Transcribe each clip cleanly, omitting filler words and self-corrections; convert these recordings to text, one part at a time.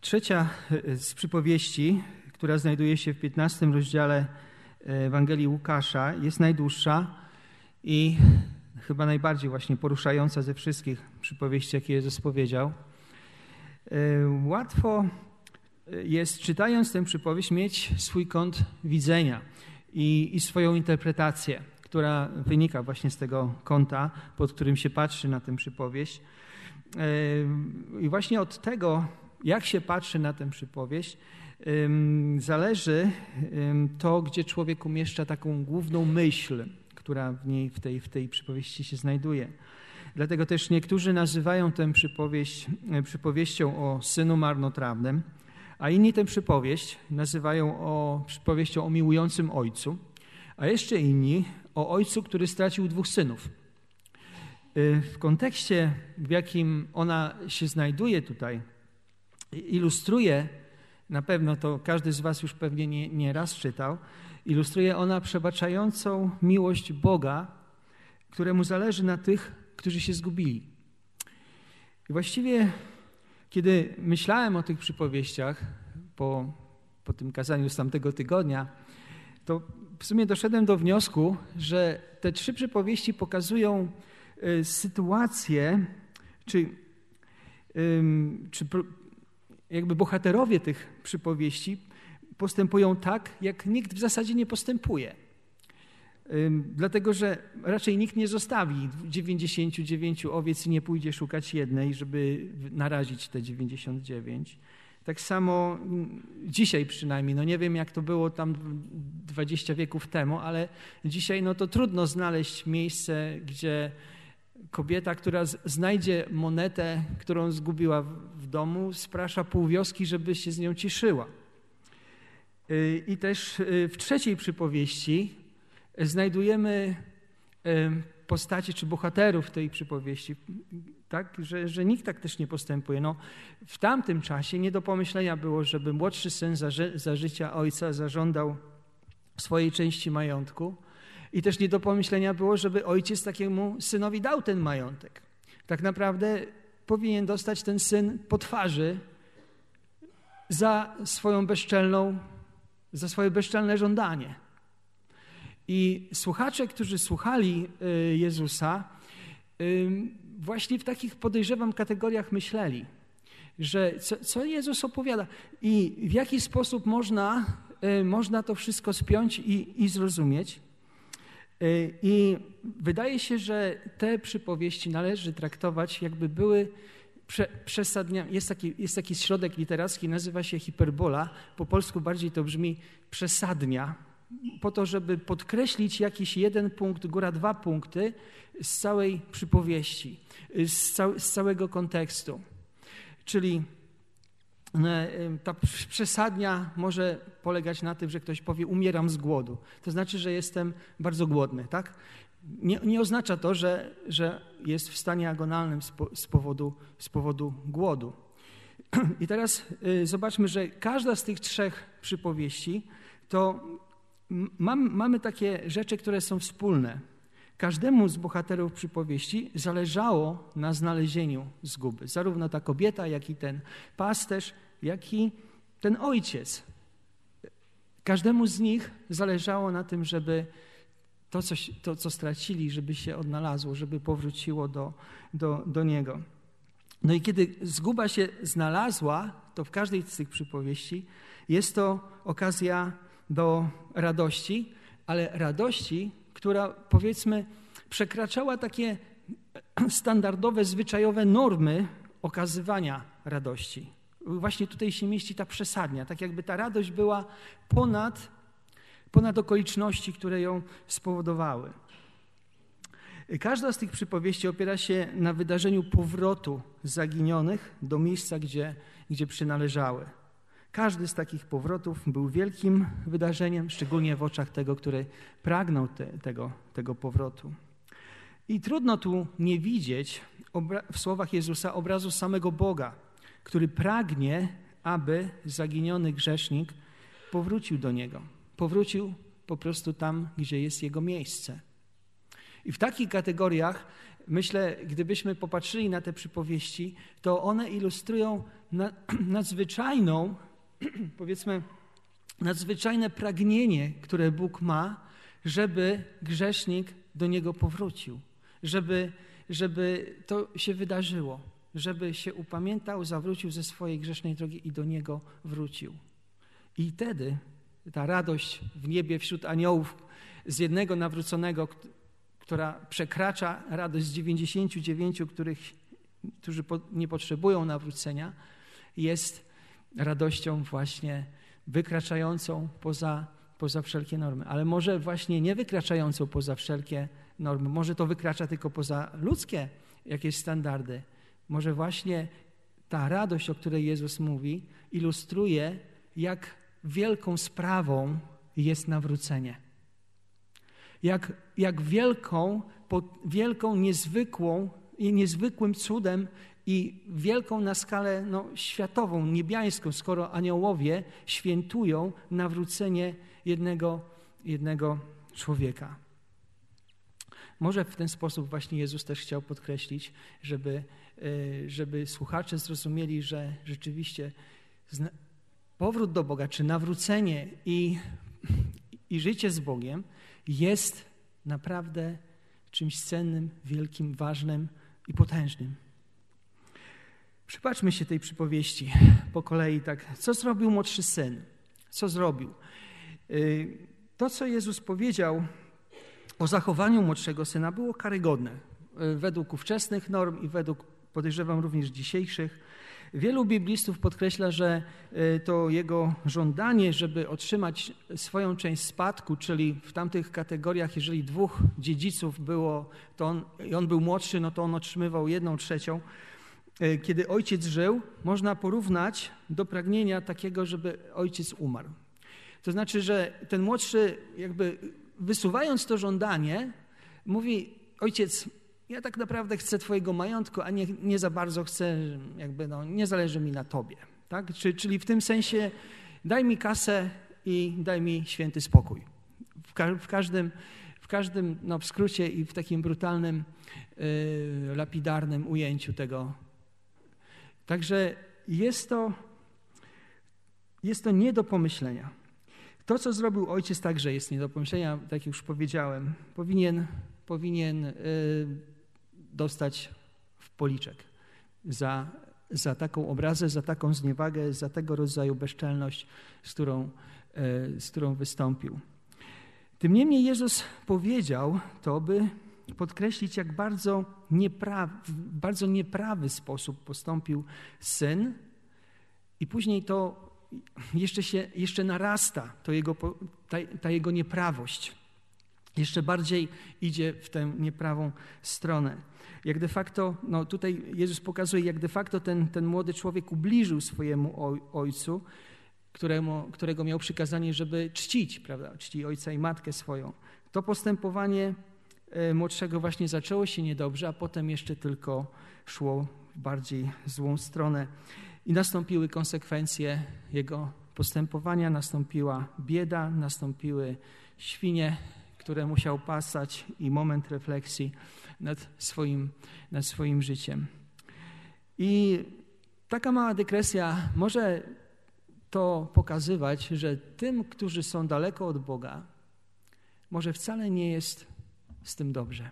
Trzecia z przypowieści, która znajduje się w 15 rozdziale Ewangelii Łukasza, jest najdłuższa i chyba najbardziej właśnie poruszająca ze wszystkich przypowieści, jakie Jezus powiedział. Łatwo jest, czytając tę przypowieść, mieć swój kąt widzenia i swoją interpretację, która wynika właśnie z tego kąta, pod którym się patrzy na tę przypowieść. I właśnie od tego, jak się patrzy na tę przypowieść, zależy to, gdzie człowiek umieszcza taką główną myśl, która w niej, w tej przypowieści się znajduje. Dlatego też niektórzy nazywają tę przypowieść przypowieścią o synu marnotrawnym, a inni tę przypowieść nazywają przypowieścią o miłującym ojcu, a jeszcze inni o ojcu, który stracił 2 synów. W kontekście, w jakim ona się znajduje tutaj, ilustruje, na pewno to każdy z was już pewnie nie raz czytał, ilustruje ona przebaczającą miłość Boga, któremu zależy na tych, którzy się zgubili. I właściwie, kiedy myślałem o tych przypowieściach po tym kazaniu z tamtego tygodnia, to w sumie doszedłem do wniosku, że te 3 przypowieści pokazują sytuację, czy jakby bohaterowie tych przypowieści postępują tak, jak nikt w zasadzie nie postępuje. Dlatego, że raczej nikt nie zostawi 99 owiec i nie pójdzie szukać jednej, żeby narazić te 99. Tak samo dzisiaj przynajmniej, no nie wiem jak to było tam 20 wieków temu, ale dzisiaj no to trudno znaleźć miejsce, gdzie kobieta, która znajdzie monetę, którą zgubiła w domu, sprasza pół wioski, żeby się z nią cieszyła. I też w trzeciej przypowieści znajdujemy postacie czy bohaterów tej przypowieści, tak, że nikt tak też nie postępuje. No, w tamtym czasie nie do pomyślenia było, żeby młodszy syn za życia ojca zażądał swojej części majątku i też nie do pomyślenia było, żeby ojciec takiemu synowi dał ten majątek. Tak naprawdę powinien dostać ten syn po twarzy za swoje bezczelne żądanie. I słuchacze, którzy słuchali Jezusa, właśnie w takich, podejrzewam, kategoriach myśleli, że co Jezus opowiada i w jaki sposób można to wszystko spiąć i zrozumieć. I wydaje się, że te przypowieści należy traktować, jakby były przesadnia. Jest taki środek literacki, nazywa się hiperbola. Po polsku bardziej to brzmi przesadnia, po to, żeby podkreślić jakiś jeden punkt, góra 2 punkty z całej przypowieści, z całego kontekstu. Czyli ta przesadnia może polegać na tym, że ktoś powie: umieram z głodu. To znaczy, że jestem bardzo głodny, tak? Nie oznacza to, że jest w stanie agonalnym z powodu głodu. I teraz zobaczmy, że każda z tych 3 przypowieści to mamy takie rzeczy, które są wspólne. Każdemu z bohaterów przypowieści zależało na znalezieniu zguby. Zarówno ta kobieta, jak i ten pasterz, jak i ten ojciec. Każdemu z nich zależało na tym, żeby to, co stracili, żeby się odnalazło, żeby powróciło do niego. No i kiedy zguba się znalazła, to w każdej z tych przypowieści jest to okazja do radości, ale radości, która, powiedzmy, przekraczała takie standardowe, zwyczajowe normy okazywania radości. Właśnie tutaj się mieści ta przesadnia, tak jakby ta radość była ponad okoliczności, które ją spowodowały. Każda z tych przypowieści opiera się na wydarzeniu powrotu zaginionych do miejsca, gdzie przynależały. Każdy z takich powrotów był wielkim wydarzeniem, szczególnie w oczach tego, który pragnął tego powrotu. I trudno tu nie widzieć w słowach Jezusa obrazu samego Boga, który pragnie, aby zaginiony grzesznik powrócił do Niego. Powrócił po prostu tam, gdzie jest jego miejsce. I w takich kategoriach, myślę, gdybyśmy popatrzyli na te przypowieści, to one ilustrują nadzwyczajną, powiedzmy, nadzwyczajne pragnienie, które Bóg ma, żeby grzesznik do Niego powrócił, żeby to się wydarzyło, żeby się upamiętał, zawrócił ze swojej grzesznej drogi i do Niego wrócił. I wtedy ta radość w niebie wśród aniołów z jednego nawróconego, która przekracza radość z 99, którzy nie potrzebują nawrócenia, jest radością właśnie wykraczającą poza wszelkie normy. Ale może właśnie nie wykraczającą poza wszelkie normy. Może to wykracza tylko poza ludzkie jakieś standardy. Może właśnie ta radość, o której Jezus mówi, ilustruje, jak wielką sprawą jest nawrócenie. Jak wielką, niezwykłym cudem i wielką na skalę światową, niebiańską, skoro aniołowie świętują nawrócenie jednego człowieka. Może w ten sposób właśnie Jezus też chciał podkreślić, żeby słuchacze zrozumieli, że rzeczywiście powrót do Boga, czy nawrócenie i życie z Bogiem jest naprawdę czymś cennym, wielkim, ważnym i potężnym. Przypatrzmy się tej przypowieści po kolei. Tak, co zrobił młodszy syn? Co zrobił? To, co Jezus powiedział o zachowaniu młodszego syna, było karygodne. Według ówczesnych norm i według, podejrzewam, również dzisiejszych. Wielu biblistów podkreśla, że to jego żądanie, żeby otrzymać swoją część spadku, czyli w tamtych kategoriach, jeżeli dwóch dziedziców było, to on był młodszy, no to on otrzymywał 1/3. Kiedy ojciec żył, można porównać do pragnienia takiego, żeby ojciec umarł. To znaczy, że ten młodszy, jakby wysuwając to żądanie, mówi: ojciec, ja tak naprawdę chcę twojego majątku, a nie za bardzo chcę, nie zależy mi na tobie. Tak? Czyli w tym sensie daj mi kasę i daj mi święty spokój. W każdym w skrócie i w takim brutalnym, lapidarnym ujęciu tego. Także jest to nie do pomyślenia. To, co zrobił ojciec, także jest nie do pomyślenia, tak jak już powiedziałem. Powinien dostać w policzek za taką obrazę, za taką zniewagę, za tego rodzaju bezczelność, z którą wystąpił. Tym niemniej Jezus powiedział to, by podkreślić, jak w bardzo nieprawy sposób postąpił syn i później to jeszcze narasta, ta jego nieprawość. Jeszcze bardziej idzie w tę nieprawą stronę. Jak de facto, tutaj Jezus pokazuje, jak de facto ten młody człowiek ubliżył swojemu ojcu, którego miał przykazanie, żeby czcić, prawda, czci ojca i matkę swoją. To postępowanie młodszego właśnie zaczęło się niedobrze, a potem jeszcze tylko szło w bardziej złą stronę. I nastąpiły konsekwencje jego postępowania, nastąpiła bieda, nastąpiły świnie, które musiał pasać i moment refleksji nad swoim życiem. I taka mała dygresja może to pokazywać, że tym, którzy są daleko od Boga, może wcale nie jest z tym dobrze.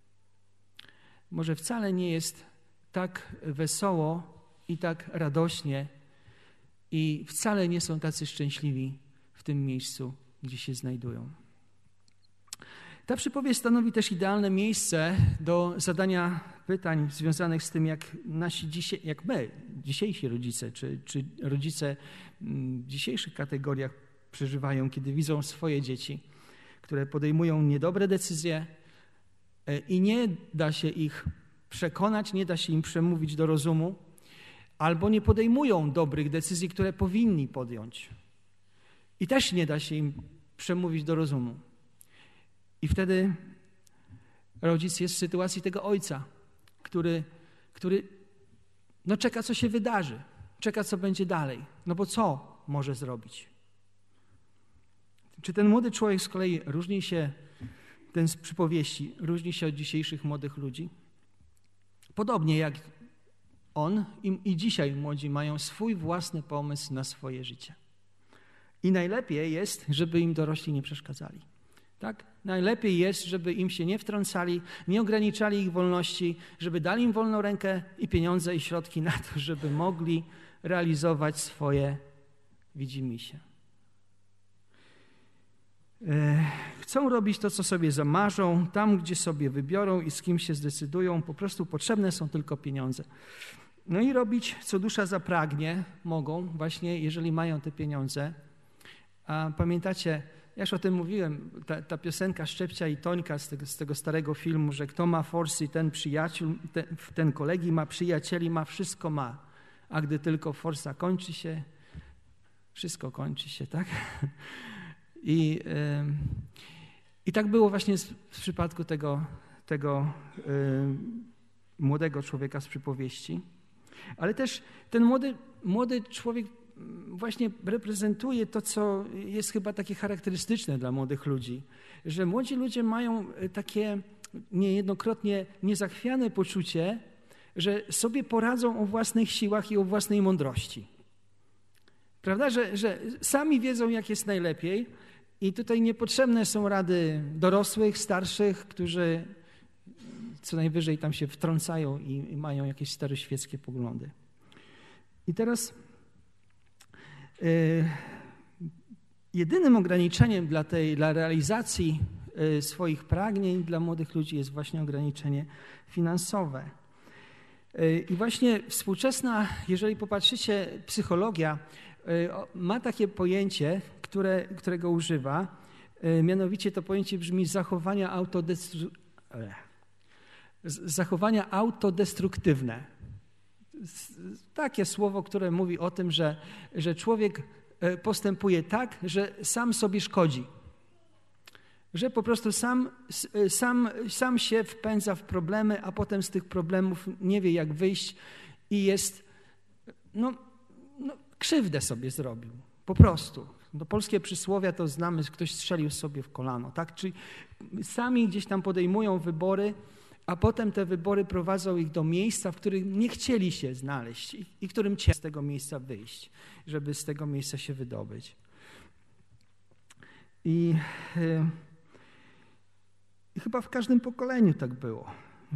Może wcale nie jest tak wesoło i tak radośnie i wcale nie są tacy szczęśliwi w tym miejscu, gdzie się znajdują. Ta przypowieść stanowi też idealne miejsce do zadania pytań związanych z tym, jak my, dzisiejsi rodzice, czy rodzice w dzisiejszych kategoriach przeżywają, kiedy widzą swoje dzieci, które podejmują niedobre decyzje i nie da się ich przekonać, nie da się im przemówić do rozumu, albo nie podejmują dobrych decyzji, które powinni podjąć. I też nie da się im przemówić do rozumu. I wtedy rodzic jest w sytuacji tego ojca, który czeka, co się wydarzy, czeka, co będzie dalej. No bo co może zrobić? Czy ten młody człowiek z kolei różni się, ten z przypowieści, różni się od dzisiejszych młodych ludzi? Podobnie jak on i dzisiaj młodzi mają swój własny pomysł na swoje życie. I najlepiej jest, żeby im dorośli nie przeszkadzali. Tak? Najlepiej jest, żeby im się nie wtrącali, nie ograniczali ich wolności, żeby dali im wolną rękę i pieniądze i środki na to, żeby mogli realizować swoje widzimisię. Chcą robić to, co sobie zamarzą, tam, gdzie sobie wybiorą i z kim się zdecydują. Po prostu potrzebne są tylko pieniądze. No i robić, co dusza zapragnie, mogą właśnie, jeżeli mają te pieniądze. A pamiętacie, ja już o tym mówiłem, ta piosenka Szczepcia i Tońka z tego starego filmu, że kto ma forsy, ten przyjaciół, ten kolegi ma, przyjacieli ma, wszystko ma. A gdy tylko forsa kończy się, wszystko kończy się, tak? I tak było właśnie w przypadku tego młodego człowieka z przypowieści. Ale też ten młody człowiek właśnie reprezentuje to, co jest chyba takie charakterystyczne dla młodych ludzi, że młodzi ludzie mają takie niejednokrotnie niezachwiane poczucie, że sobie poradzą o własnych siłach i o własnej mądrości. Prawda, że sami wiedzą, jak jest najlepiej i tutaj niepotrzebne są rady dorosłych, starszych, którzy co najwyżej tam się wtrącają i mają jakieś staroświeckie poglądy. I teraz jedynym ograniczeniem dla realizacji swoich pragnień dla młodych ludzi jest właśnie ograniczenie finansowe. I właśnie współczesna, jeżeli popatrzycie, psychologia ma takie pojęcie, którego używa, mianowicie to pojęcie brzmi zachowania autodestruktywne. Takie słowo, które mówi o tym, że człowiek postępuje tak, że sam sobie szkodzi. Że po prostu sam się wpędza w problemy, a potem z tych problemów nie wie, jak wyjść i jest, krzywdę sobie zrobił. Po prostu. Polskie przysłowia to znamy, ktoś strzelił sobie w kolano. Tak? Czyli sami gdzieś tam podejmują wybory, a potem te wybory prowadzą ich do miejsca, w którym nie chcieli się znaleźć i którym z tego miejsca wyjść, żeby z tego miejsca się wydobyć. I chyba w każdym pokoleniu tak było,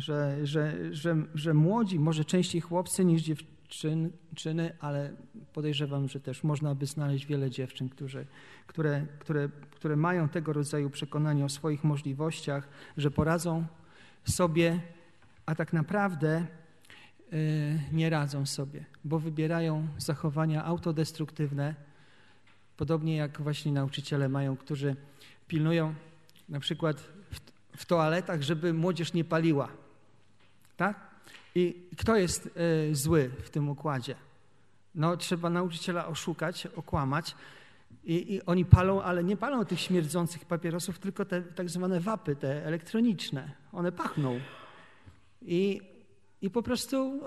że młodzi, może częściej chłopcy niż dziewczyny, ale podejrzewam, że też można by znaleźć wiele dziewczyn, które mają tego rodzaju przekonanie o swoich możliwościach, że poradzą sobie, a tak naprawdę nie radzą sobie, bo wybierają zachowania autodestruktywne, podobnie jak właśnie nauczyciele mają, którzy pilnują na przykład w toaletach, żeby młodzież nie paliła. Tak? I kto jest zły w tym układzie? Trzeba nauczyciela oszukać, okłamać i oni palą, ale nie palą tych śmierdzących papierosów, tylko te tak zwane wapy, te elektroniczne. One pachną. I po prostu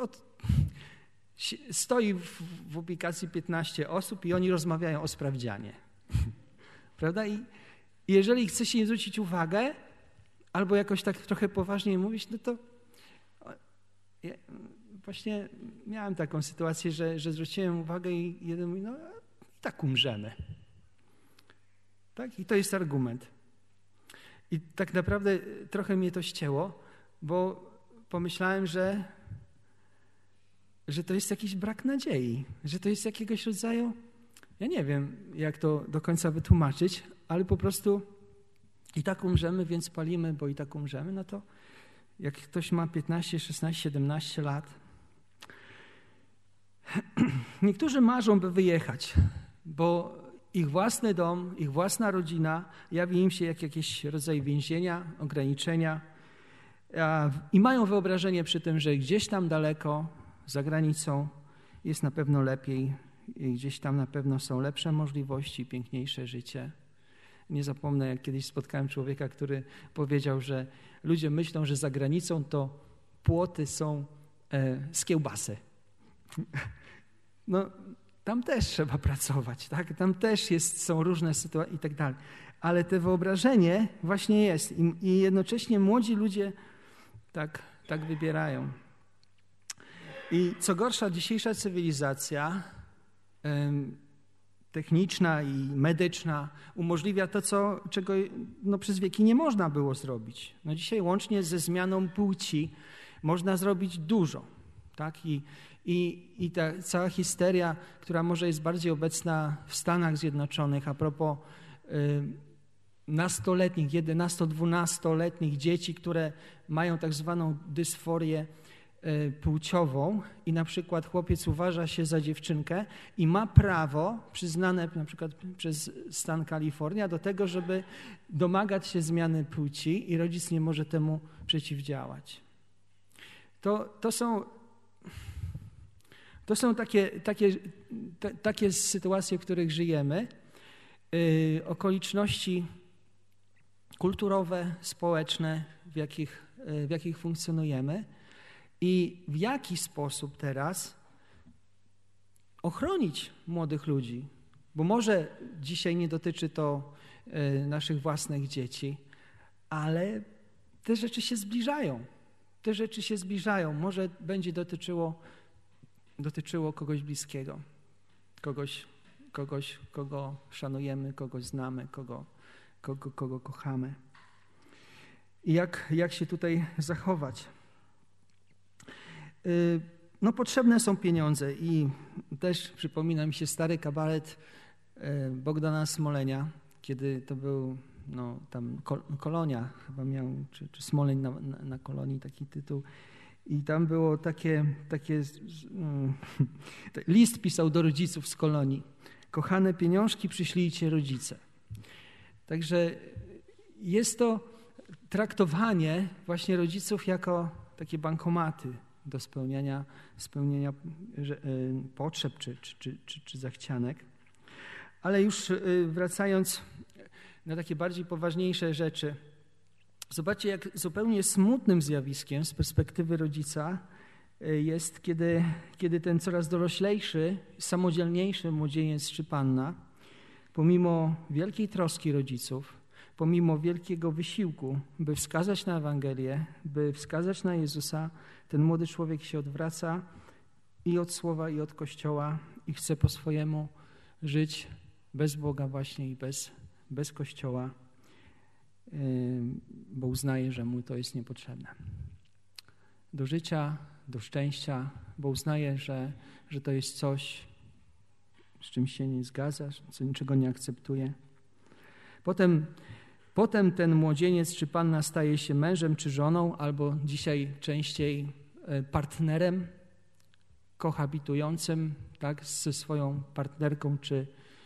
stoi w ubikacji 15 osób i oni rozmawiają o sprawdzianie. Prawda? I jeżeli chce się im zwrócić uwagę, albo jakoś tak trochę poważniej mówić, to ja właśnie miałem taką sytuację, że zwróciłem uwagę i jeden mówi, tak umrzemy. Tak? I to jest argument. I tak naprawdę trochę mnie to ścięło, bo pomyślałem, że to jest jakiś brak nadziei, że to jest jakiegoś rodzaju, ja nie wiem, jak to do końca wytłumaczyć, ale po prostu i tak umrzemy, więc palimy, bo i tak umrzemy, to jak ktoś ma 15, 16, 17 lat. Niektórzy marzą, by wyjechać, bo ich własny dom, ich własna rodzina jawi im się jak jakiś rodzaj więzienia, ograniczenia i mają wyobrażenie przy tym, że gdzieś tam daleko, za granicą jest na pewno lepiej i gdzieś tam na pewno są lepsze możliwości, piękniejsze życie. Nie zapomnę, jak kiedyś spotkałem człowieka, który powiedział, że ludzie myślą, że za granicą to płoty są z kiełbasy. Tam też trzeba pracować, tak? Tam też są różne sytuacje i tak dalej. Ale to wyobrażenie właśnie jest i jednocześnie młodzi ludzie tak wybierają. I co gorsza, dzisiejsza cywilizacja techniczna i medyczna umożliwia to, czego przez wieki nie można było zrobić. Dzisiaj łącznie ze zmianą płci można zrobić dużo. Tak? I ta cała histeria, która może jest bardziej obecna w Stanach Zjednoczonych a propos nastoletnich, 11-12-letnich dzieci, które mają tak zwaną dysforię płciową i na przykład chłopiec uważa się za dziewczynkę i ma prawo przyznane na przykład przez stan Kalifornia do tego, żeby domagać się zmiany płci i rodzic nie może temu przeciwdziałać. To są takie sytuacje, w których żyjemy, okoliczności kulturowe, społeczne, w jakich funkcjonujemy i w jaki sposób teraz ochronić młodych ludzi. Bo może dzisiaj nie dotyczy to naszych własnych dzieci, ale te rzeczy się zbliżają. Może będzie dotyczyło kogoś bliskiego, kogoś, kogo szanujemy, kogoś znamy, kogo kochamy. I jak się tutaj zachować? Potrzebne są pieniądze i też przypomina mi się stary kabaret Bogdana Smolenia, kiedy to był tam Kolonia chyba miał, czy Smoleń na Kolonii taki tytuł. I tam było takie list pisał do rodziców z Kolonii. Kochane pieniążki przyślijcie rodzice. Także jest to traktowanie właśnie rodziców jako takie bankomaty do spełniania potrzeb czy zachcianek. Ale już wracając na takie bardziej poważniejsze rzeczy, zobaczcie, jak zupełnie smutnym zjawiskiem z perspektywy rodzica jest, kiedy ten coraz doroślejszy, samodzielniejszy młodzieniec czy panna, pomimo wielkiej troski rodziców, pomimo wielkiego wysiłku, by wskazać na Ewangelię, by wskazać na Jezusa, ten młody człowiek się odwraca i od Słowa, i od Kościoła i chce po swojemu żyć bez Boga właśnie i bez Kościoła, bo uznaje, że mu to jest niepotrzebne. Do życia, do szczęścia, bo uznaje, że to jest coś, z czym się nie zgadza, co niczego nie akceptuje. Potem ten młodzieniec czy panna staje się mężem czy żoną, albo dzisiaj częściej partnerem kohabitującym, tak, ze swoją partnerką czy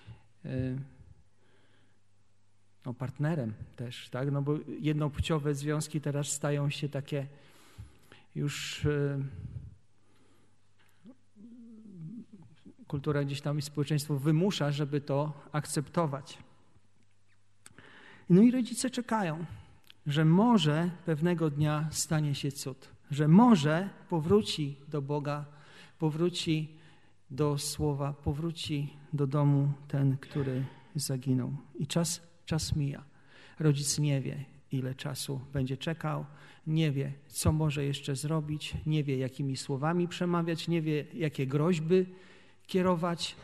partnerem też, tak, bo jednopłciowe związki teraz stają się takie już kultura gdzieś tam i społeczeństwo wymusza, żeby to akceptować. No i rodzice czekają, że może pewnego dnia stanie się cud, że może powróci do Boga, powróci do Słowa, powróci do domu ten, który zaginął. I czas mija. Rodzic nie wie, ile czasu będzie czekał, nie wie, co może jeszcze zrobić, nie wie, jakimi słowami przemawiać, nie wie, jakie groźby kierować,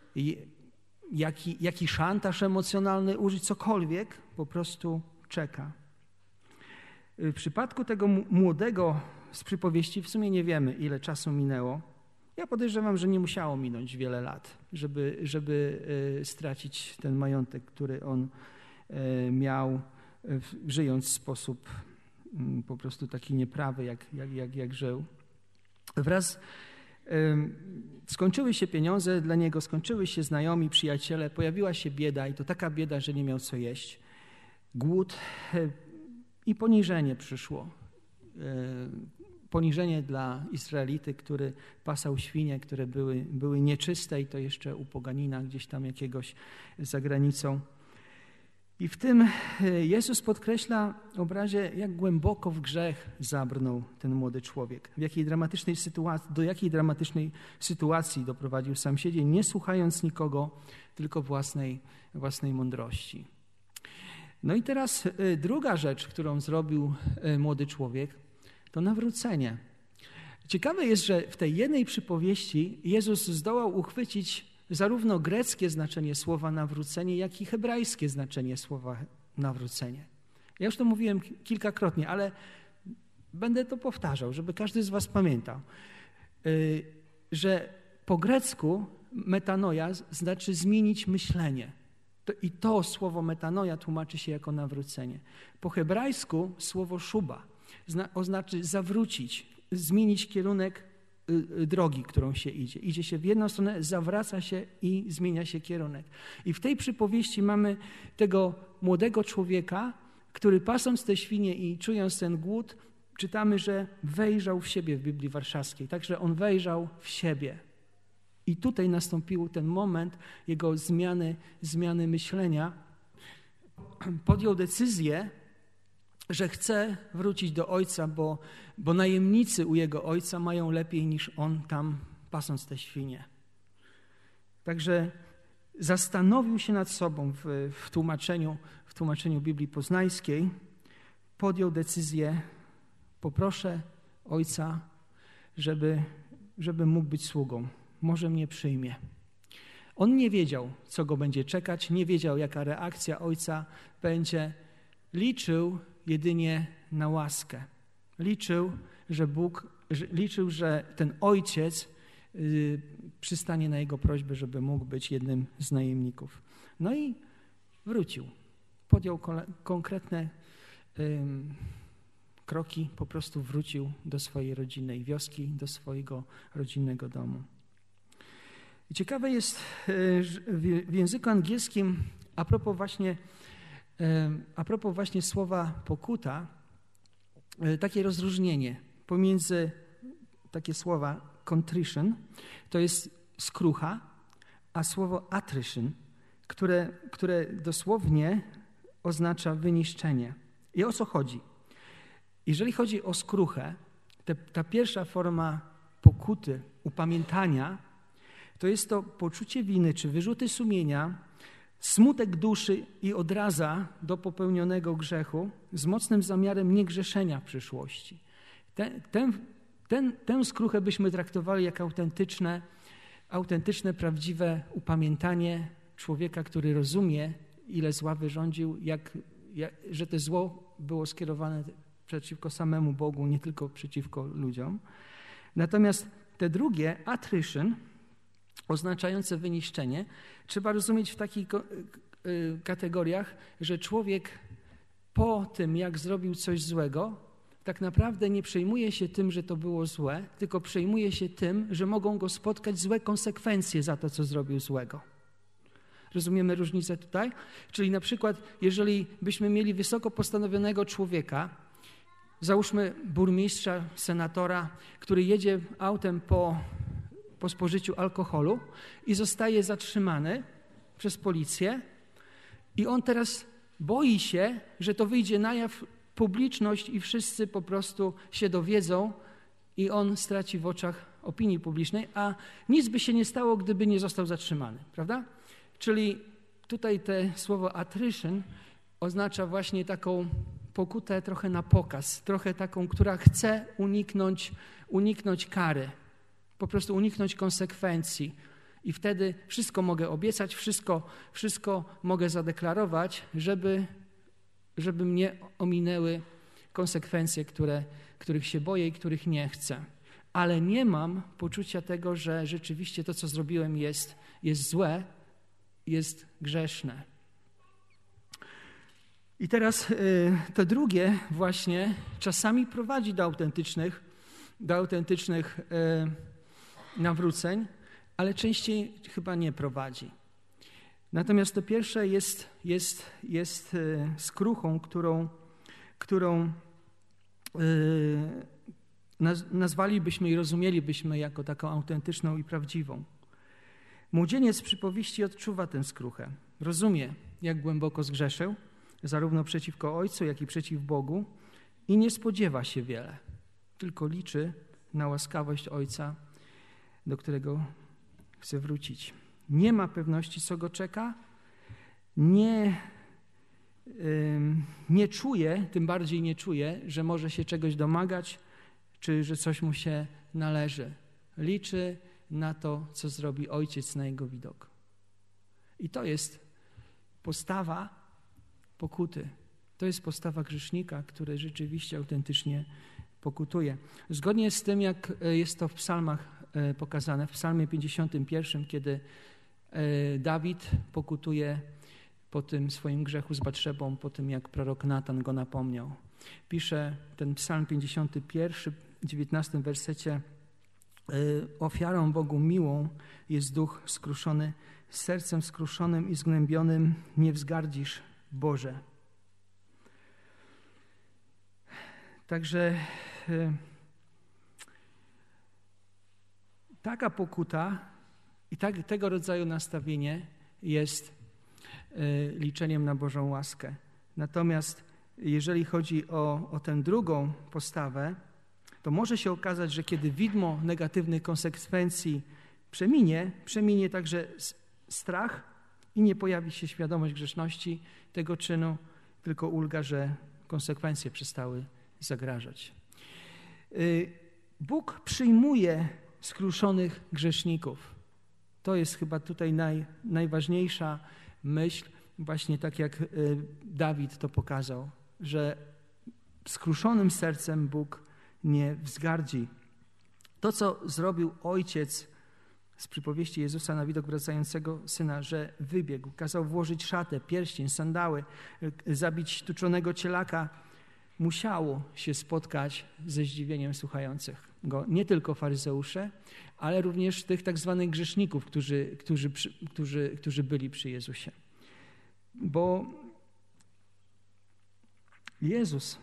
jaki szantaż emocjonalny użyć, cokolwiek, po prostu czeka. W przypadku tego młodego z przypowieści w sumie nie wiemy, ile czasu minęło. Ja podejrzewam, że nie musiało minąć wiele lat, żeby stracić ten majątek, który on miał, żyjąc w sposób po prostu taki nieprawy, jak żył. Wraz skończyły się pieniądze dla niego, skończyły się znajomi, przyjaciele, pojawiła się bieda i to taka bieda, że nie miał co jeść. Głód i poniżenie przyszło. Poniżenie dla Izraelity, który pasał świnie, które były nieczyste i to jeszcze u poganina gdzieś tam jakiegoś za granicą. I w tym Jezus podkreśla w obrazie, jak głęboko w grzech zabrnął ten młody człowiek. Do jakiej dramatycznej sytuacji doprowadził sam siebie, nie słuchając nikogo, tylko własnej mądrości. No i teraz druga rzecz, którą zrobił młody człowiek, to nawrócenie. Ciekawe jest, że w tej jednej przypowieści Jezus zdołał uchwycić zarówno greckie znaczenie słowa nawrócenie, jak i hebrajskie znaczenie słowa nawrócenie. Ja już to mówiłem kilkakrotnie, ale będę to powtarzał, żeby każdy z was pamiętał, że po grecku metanoia znaczy zmienić myślenie. I to słowo metanoia tłumaczy się jako nawrócenie. Po hebrajsku słowo szuba oznacza zawrócić, zmienić kierunek drogi, którą się idzie. Idzie się w jedną stronę, zawraca się i zmienia się kierunek. I w tej przypowieści mamy tego młodego człowieka, który pasąc te świnie i czując ten głód, czytamy, że wejrzał w siebie w Biblii Warszawskiej. Także on wejrzał w siebie. I tutaj nastąpił ten moment jego zmiany myślenia. Podjął decyzję, że chce wrócić do ojca, bo najemnicy u jego ojca mają lepiej niż on tam pasąc te świnie. Także zastanowił się nad sobą w tłumaczeniu Biblii Poznańskiej, podjął decyzję, poproszę ojca, żeby mógł być sługą. Może mnie przyjmie. On nie wiedział, co go będzie czekać, nie wiedział, jaka reakcja ojca będzie. Liczył jedynie na łaskę. Liczył, że ten ojciec przystanie na jego prośbę, żeby mógł być jednym z najemników. No i wrócił. Podjął konkretne kroki, po prostu wrócił do swojej rodzinnej wioski, do swojego rodzinnego domu. I ciekawe jest w języku angielskim a propos właśnie słowa pokuta, takie rozróżnienie pomiędzy takie słowa contrition, to jest skrucha, a słowo attrition, które dosłownie oznacza wyniszczenie. I o co chodzi? Jeżeli chodzi o skruchę, ta pierwsza forma pokuty, upamiętania, to jest to poczucie winy czy wyrzuty sumienia, smutek duszy i odraza do popełnionego grzechu z mocnym zamiarem niegrzeszenia w przyszłości. Tę skruchę byśmy traktowali jak autentyczne, prawdziwe upamiętanie człowieka, który rozumie, ile zła wyrządził, że to zło było skierowane przeciwko samemu Bogu, nie tylko przeciwko ludziom. Natomiast te drugie, attrition, oznaczające wyniszczenie, trzeba rozumieć w takich kategoriach, że człowiek po tym, jak zrobił coś złego, tak naprawdę nie przejmuje się tym, że to było złe, tylko przejmuje się tym, że mogą go spotkać złe konsekwencje za to, co zrobił złego. Rozumiemy różnicę tutaj? Czyli na przykład, jeżeli byśmy mieli wysoko postanowionego człowieka, załóżmy burmistrza, senatora, który jedzie autem po spożyciu alkoholu i zostaje zatrzymany przez policję i on teraz boi się, że to wyjdzie na jaw publiczność i wszyscy po prostu się dowiedzą i on straci w oczach opinii publicznej, a nic by się nie stało, gdyby nie został zatrzymany, prawda? Czyli tutaj to słowo attrition oznacza właśnie taką pokutę trochę na pokaz, trochę taką, która chce uniknąć kary, po prostu uniknąć konsekwencji. I wtedy wszystko mogę obiecać, wszystko mogę zadeklarować, żeby mnie ominęły konsekwencje, których się boję i których nie chcę. Ale nie mam poczucia tego, że rzeczywiście to, co zrobiłem, jest złe, jest grzeszne. I teraz to drugie właśnie czasami prowadzi do autentycznych nawróceń, ale częściej chyba nie prowadzi. Natomiast to pierwsze jest skruchą, którą nazwalibyśmy i rozumielibyśmy jako taką autentyczną i prawdziwą. Młodzieniec z przypowieści odczuwa tę skruchę. Rozumie, jak głęboko zgrzeszył, zarówno przeciwko Ojcu, jak i przeciw Bogu i nie spodziewa się wiele, tylko liczy na łaskawość Ojca, do którego chce wrócić. Nie ma pewności, co go czeka, nie czuje, tym bardziej nie czuje, że może się czegoś domagać, czy że coś mu się należy. Liczy na to, co zrobi ojciec na jego widok. I to jest postawa pokuty. To jest postawa grzesznika, który rzeczywiście autentycznie pokutuje. Zgodnie z tym, jak jest to w psalmach pokazane, w psalmie 51, kiedy Dawid pokutuje po tym swoim grzechu z Batszebą, po tym jak prorok Natan go napomniał. Pisze ten psalm 51, w 19 wersecie: ofiarą Bogu miłą jest duch skruszony, z sercem skruszonym i zgnębionym nie wzgardzisz, Boże. Także taka pokuta i tego rodzaju nastawienie jest liczeniem na Bożą łaskę. Natomiast jeżeli chodzi o tę drugą postawę, to może się okazać, że kiedy widmo negatywnych konsekwencji przeminie także strach i nie pojawi się świadomość grzeszności tego czynu, tylko ulga, że konsekwencje przestały zagrażać. Bóg przyjmuje skruszonych grzeszników. To jest chyba tutaj najważniejsza myśl, właśnie tak jak Dawid to pokazał, że skruszonym sercem Bóg nie wzgardzi. To, co zrobił ojciec z przypowieści Jezusa na widok wracającego syna, że wybiegł, kazał włożyć szatę, pierścień, sandały, zabić tuczonego cielaka, musiało się spotkać ze zdziwieniem słuchających go. Nie tylko faryzeusze, ale również tych tak zwanych grzeszników, którzy byli przy Jezusie. Bo Jezus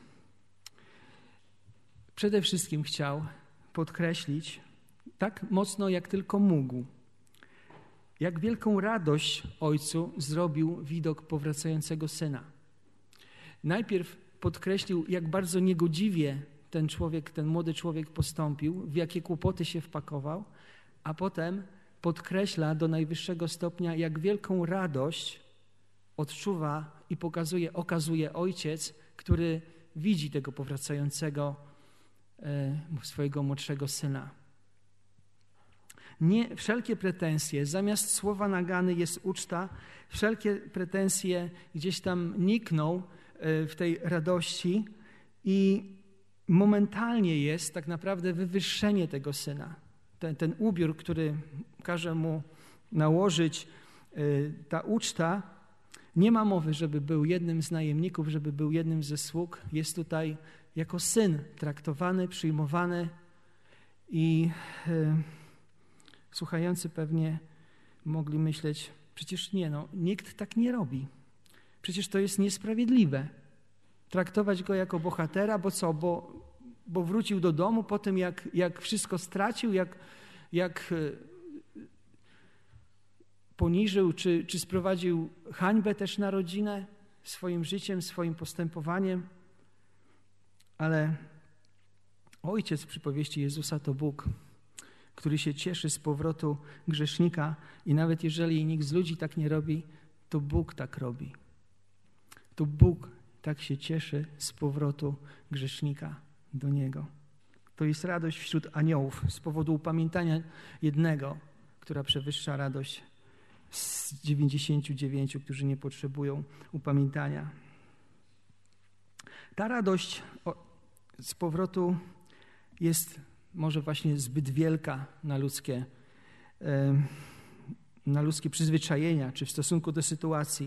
przede wszystkim chciał podkreślić tak mocno, jak tylko mógł, jak wielką radość Ojcu zrobił widok powracającego Syna. Najpierw podkreślił, jak bardzo niegodziwie ten młody człowiek postąpił, w jakie kłopoty się wpakował, a potem podkreśla do najwyższego stopnia, jak wielką radość odczuwa i okazuje Ojciec, który widzi tego powracającego swojego młodszego syna. Nie wszelkie pretensje, zamiast słowa nagany jest uczta, wszelkie pretensje gdzieś tam nikną w tej radości i momentalnie jest tak naprawdę wywyższenie tego syna. Ten ubiór, który każe mu nałożyć ta uczta, nie ma mowy, żeby był jednym z najemników, żeby był jednym ze sług. Jest tutaj jako syn traktowany, przyjmowany i słuchający pewnie mogli myśleć, przecież nikt tak nie robi. Przecież to jest niesprawiedliwe. Traktować go jako bohatera, bo co? Bo wrócił do domu po tym, jak wszystko stracił, jak poniżył, czy sprowadził hańbę też na rodzinę swoim życiem, swoim postępowaniem. Ale Ojciec w przypowieści Jezusa to Bóg, który się cieszy z powrotu grzesznika i nawet jeżeli nikt z ludzi tak nie robi, to Bóg tak robi. To Bóg tak się cieszy z powrotu grzesznika do Niego. To jest radość wśród aniołów z powodu upamiętania jednego, która przewyższa radość z 99, którzy nie potrzebują upamiętania. Ta radość z powrotu jest może właśnie zbyt wielka na ludzkie przyzwyczajenia, czy w stosunku do sytuacji.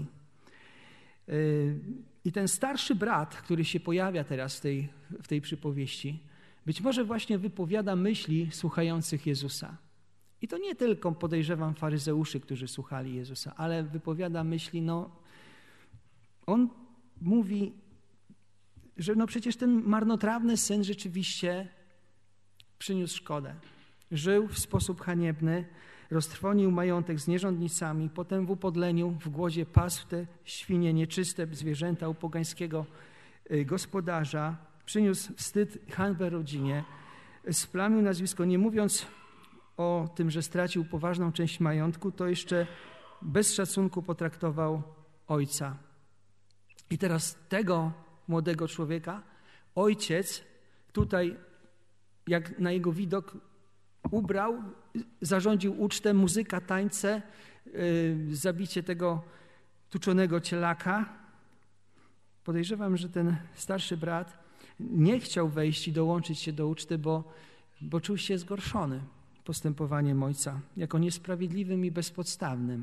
I ten starszy brat, który się pojawia teraz w tej przypowieści, być może właśnie wypowiada myśli słuchających Jezusa. I to nie tylko, podejrzewam, faryzeuszy, którzy słuchali Jezusa, ale wypowiada myśli, on mówi, że przecież ten marnotrawny syn rzeczywiście przyniósł szkodę. Żył w sposób haniebny, roztrwonił majątek z nierządnicami, potem w upodleniu, w głodzie pasł te świnie nieczyste, zwierzęta u pogańskiego gospodarza, przyniósł wstyd, hańbę rodzinie, splamił nazwisko, nie mówiąc o tym, że stracił poważną część majątku, to jeszcze bez szacunku potraktował ojca. I teraz tego młodego człowieka ojciec tutaj jak na jego widok ubrał, zarządził ucztę, muzyka, tańce, zabicie tego tuczonego cielaka. Podejrzewam, że ten starszy brat nie chciał wejść i dołączyć się do uczty, bo czuł się zgorszony postępowaniem ojca, jako niesprawiedliwym i bezpodstawnym.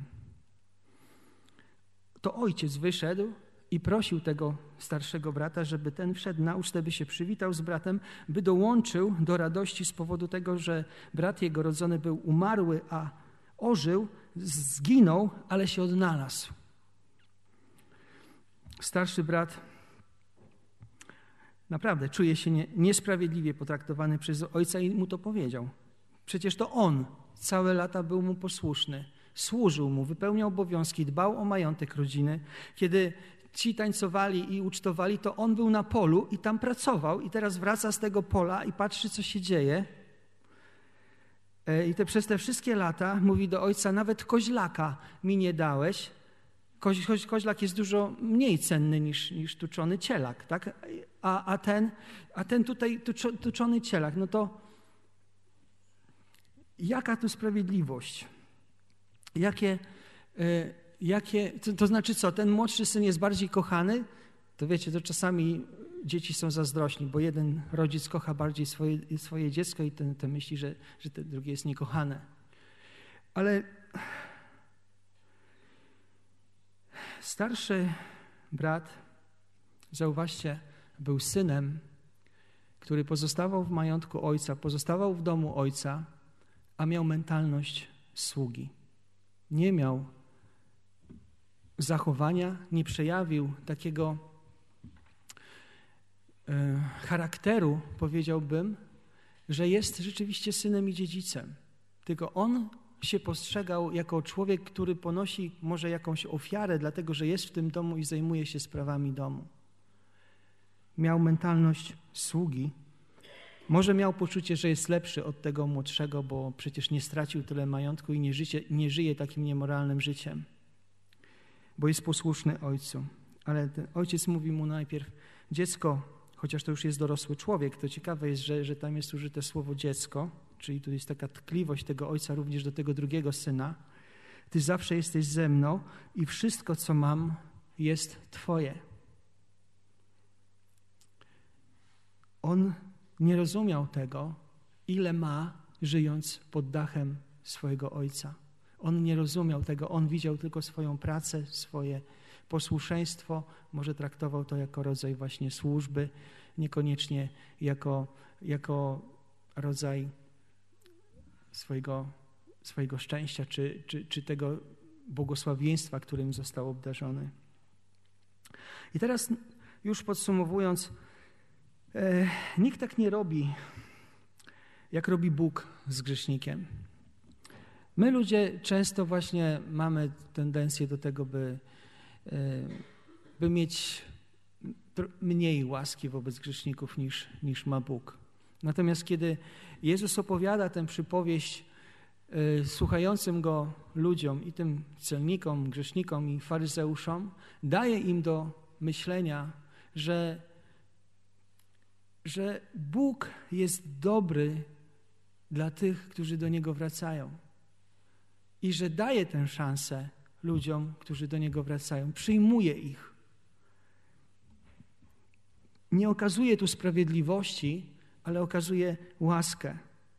To ojciec wyszedł i prosił tego starszego brata, żeby ten wszedł na ucztę, by się przywitał z bratem, by dołączył do radości z powodu tego, że brat jego rodzony był umarły, a ożył, zginął, ale się odnalazł. Starszy brat naprawdę czuje się niesprawiedliwie potraktowany przez ojca i mu to powiedział. Przecież to on całe lata był mu posłuszny, służył mu, wypełniał obowiązki, dbał o majątek rodziny. Kiedy ci tańcowali i ucztowali, to on był na polu i tam pracował i teraz wraca z tego pola i patrzy, co się dzieje. I przez te wszystkie lata mówi do ojca, nawet koźlaka mi nie dałeś. Koźlak jest dużo mniej cenny niż tuczony cielak, tak? A ten tutaj tuczony cielak, no to jaka tu sprawiedliwość? To znaczy co, ten młodszy syn jest bardziej kochany? To wiecie, to czasami dzieci są zazdrośni, bo jeden rodzic kocha bardziej swoje dziecko i ten myśli, że ten drugi jest niekochane. Ale starszy brat, zauważcie, był synem, który pozostawał w majątku ojca, pozostawał w domu ojca, a miał mentalność sługi. Nie miał zachowania, nie przejawił takiego charakteru, powiedziałbym, że jest rzeczywiście synem i dziedzicem. Tylko on się postrzegał jako człowiek, który ponosi może jakąś ofiarę, dlatego że jest w tym domu i zajmuje się sprawami domu. Miał mentalność sługi. Może miał poczucie, że jest lepszy od tego młodszego, bo przecież nie stracił tyle majątku i nie żyje takim niemoralnym życiem, bo jest posłuszny ojcu. Ale ten ojciec mówi mu najpierw, dziecko, chociaż to już jest dorosły człowiek, to ciekawe jest, że tam jest użyte słowo dziecko, czyli tu jest taka tkliwość tego ojca również do tego drugiego syna. Ty zawsze jesteś ze mną i wszystko, co mam, jest Twoje. On nie rozumiał tego, ile ma, żyjąc pod dachem swojego ojca. On nie rozumiał tego, on widział tylko swoją pracę, swoje posłuszeństwo, może traktował to jako rodzaj właśnie służby, niekoniecznie jako rodzaj swojego szczęścia czy tego błogosławieństwa, którym został obdarzony. I teraz już podsumowując, nikt tak nie robi, jak robi Bóg z grzesznikiem. My ludzie często właśnie mamy tendencję do tego, by mieć mniej łaski wobec grzeszników niż ma Bóg. Natomiast kiedy Jezus opowiada tę przypowieść słuchającym Go ludziom i tym celnikom, grzesznikom i faryzeuszom, daje im do myślenia, że Bóg jest dobry dla tych, którzy do Niego wracają. I że daje tę szansę ludziom, którzy do Niego wracają. Przyjmuje ich. Nie okazuje tu sprawiedliwości, ale okazuje łaskę.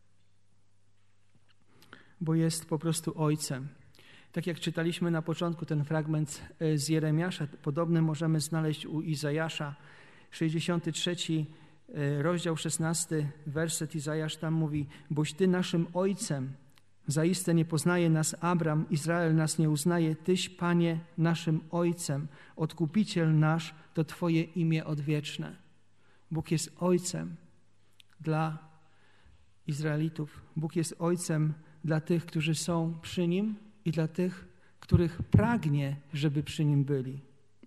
Bo jest po prostu Ojcem. Tak jak czytaliśmy na początku ten fragment z Jeremiasza, podobny możemy znaleźć u Izajasza, 63 rozdział 16, werset Izajasz tam mówi: boś Ty naszym Ojcem, zaiste nie poznaje nas Abram, Izrael nas nie uznaje, Tyś, Panie, naszym Ojcem, Odkupiciel nasz, to Twoje imię odwieczne. Bóg jest Ojcem dla Izraelitów. Bóg jest Ojcem dla tych, którzy są przy Nim i dla tych, których pragnie, żeby przy Nim byli.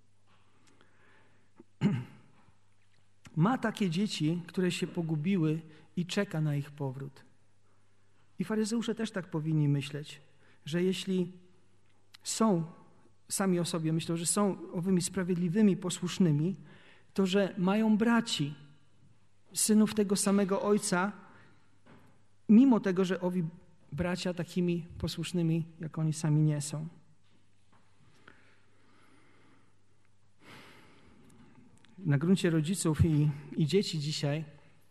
Ma takie dzieci, które się pogubiły i czeka na ich powrót. I faryzeusze też tak powinni myśleć, że jeśli są, sami o sobie myślą, że są owymi sprawiedliwymi, posłusznymi, to że mają braci, synów tego samego Ojca mimo tego, że owi bracia takimi posłusznymi, jak oni sami nie są. Na gruncie rodziców i dzieci dzisiaj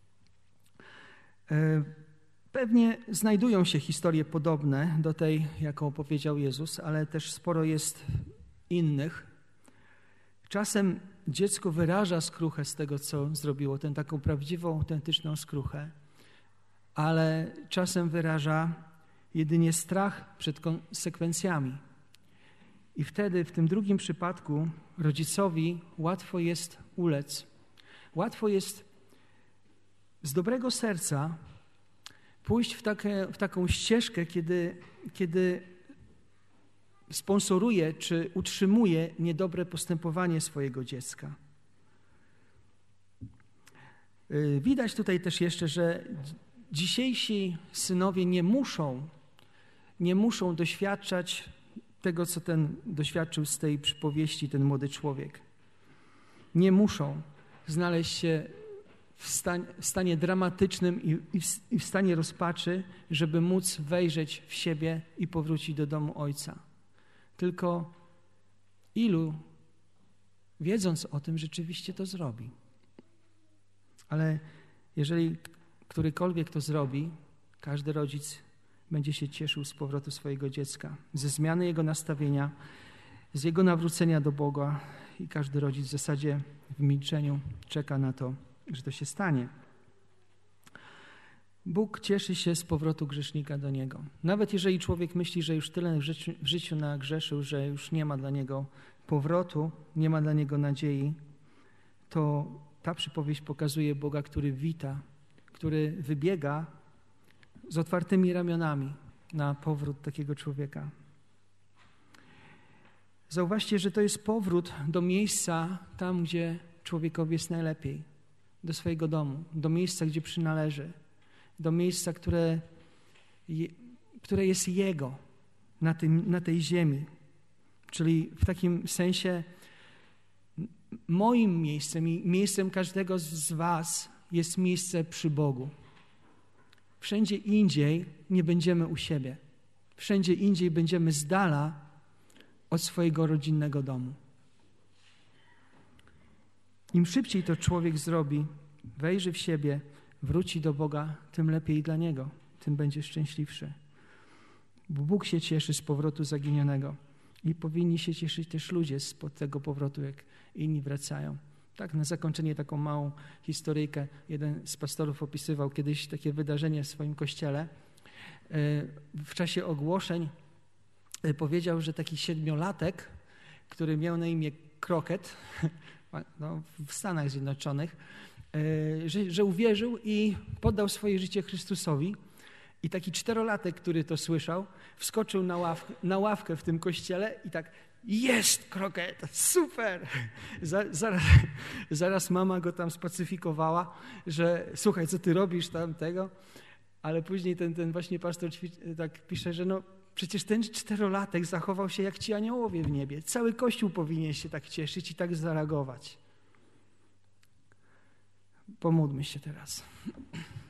pewnie znajdują się historie podobne do tej, jaką powiedział Jezus, ale też sporo jest innych. Czasem dziecko wyraża skruchę z tego, co zrobiło, tę taką prawdziwą, autentyczną skruchę, ale czasem wyraża jedynie strach przed konsekwencjami. I wtedy, w tym drugim przypadku, rodzicowi łatwo jest ulec. Łatwo jest z dobrego serca pójść w taką ścieżkę, kiedy sponsoruje czy utrzymuje niedobre postępowanie swojego dziecka. Widać tutaj też jeszcze, że dzisiejsi synowie nie muszą doświadczać tego, co doświadczył z tej przypowieści ten młody człowiek. Nie muszą znaleźć się w stanie dramatycznym i w stanie rozpaczy, żeby móc wejrzeć w siebie i powrócić do domu ojca. Tylko ilu, wiedząc o tym, rzeczywiście to zrobi. Ale jeżeli którykolwiek to zrobi, każdy rodzic będzie się cieszył z powrotu swojego dziecka, ze zmiany jego nastawienia, z jego nawrócenia do Boga i każdy rodzic w zasadzie w milczeniu czeka na to, że to się stanie. Bóg cieszy się z powrotu grzesznika do Niego. Nawet jeżeli człowiek myśli, że już tyle w życiu nagrzeszył, że już nie ma dla niego powrotu, nie ma dla niego nadziei, to ta przypowieść pokazuje Boga, który wita, który wybiega z otwartymi ramionami na powrót takiego człowieka. Zauważcie, że to jest powrót do miejsca tam, gdzie człowiekowi jest najlepiej, do swojego domu, do miejsca, gdzie przynależy, do miejsca, które jest Jego na tej ziemi. Czyli w takim sensie moim miejscem i miejscem każdego z was jest miejsce przy Bogu. Wszędzie indziej nie będziemy u siebie. Wszędzie indziej będziemy z dala od swojego rodzinnego domu. Im szybciej to człowiek zrobi, wejrzy w siebie, wróci do Boga, tym lepiej dla niego, tym będzie szczęśliwszy. Bo Bóg się cieszy z powrotu zaginionego i powinni się cieszyć też ludzie z tego powrotu, jak inni wracają. Tak, na zakończenie taką małą historyjkę. Jeden z pastorów opisywał kiedyś takie wydarzenie w swoim kościele. W czasie ogłoszeń powiedział, że taki 7-latek, który miał na imię Kroket, w Stanach Zjednoczonych, że uwierzył i poddał swoje życie Chrystusowi. I taki 4-latek, który to słyszał, wskoczył na ławkę w tym kościele i tak: jest Kroket, super! Zaraz mama go tam spacyfikowała, że słuchaj, co ty robisz tam tego? Ale później ten właśnie pastor tak pisze, że no przecież ten 4-latek zachował się jak ci aniołowie w niebie. Cały Kościół powinien się tak cieszyć i tak zareagować. Pomódlmy się teraz.